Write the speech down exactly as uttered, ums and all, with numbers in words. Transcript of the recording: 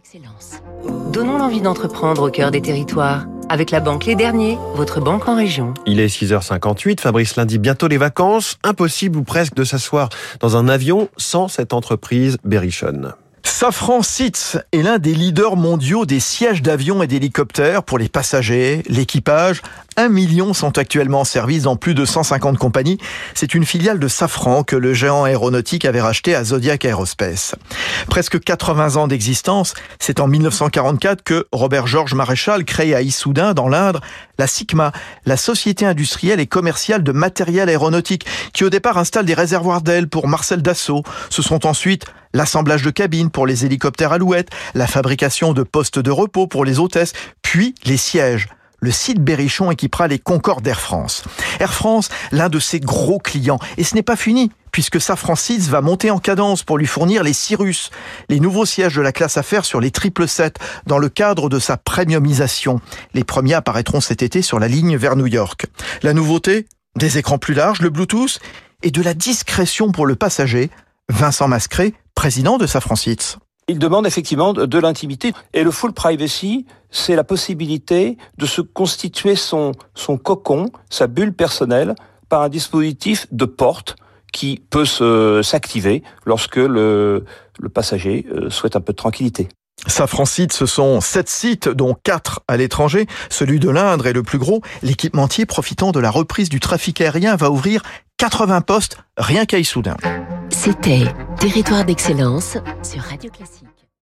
d'excellence. Donnons l'envie d'entreprendre au cœur des territoires. Avec la banque Les Derniers, votre banque en région. Il est six heures cinquante-huit, Fabrice Lundi, bientôt les vacances. Impossible ou presque de s'asseoir dans un avion sans cette entreprise berrichonne. Safran Seats est l'un des leaders mondiaux des sièges d'avions et d'hélicoptères pour les passagers, l'équipage. Un million sont actuellement en service dans plus de cent cinquante compagnies. C'est une filiale de Safran que le géant aéronautique avait racheté à Zodiac Aerospace. Presque quatre-vingts ans d'existence, c'est en mille neuf cent quarante-quatre que Robert-Georges Maréchal crée à Issoudun, dans l'Indre, la SICMA, la Société industrielle et commerciale de matériel aéronautique, qui au départ installe des réservoirs d'ailes pour Marcel Dassault. Ce sont ensuite l'assemblage de cabines pour les hélicoptères Alouette, la fabrication de postes de repos pour les hôtesses, puis les sièges. Le site Berrichon équipera les Concorde d'Air France. Air France, l'un de ses gros clients. Et ce n'est pas fini, puisque Safran Seats va monter en cadence pour lui fournir les Cirrus, les nouveaux sièges de la classe affaires sur les triple sept, dans le cadre de sa premiumisation. Les premiers apparaîtront cet été sur la ligne vers New York. La nouveauté, des écrans plus larges, le Bluetooth et de la discrétion pour le passager. Vincent Mascret, président de Safran Seats. Il demande effectivement de l'intimité. Et le full privacy, c'est la possibilité de se constituer son, son cocon, sa bulle personnelle, par un dispositif de porte qui peut se, s'activer lorsque le, le passager souhaite un peu de tranquillité. Safran Seats, ce sont sept sites, dont quatre à l'étranger. Celui de l'Indre est le plus gros. L'équipementier, profitant de la reprise du trafic aérien, va ouvrir quatre-vingts postes rien qu'à Issoudun. C'était Territoire d'excellence sur Radio Classique.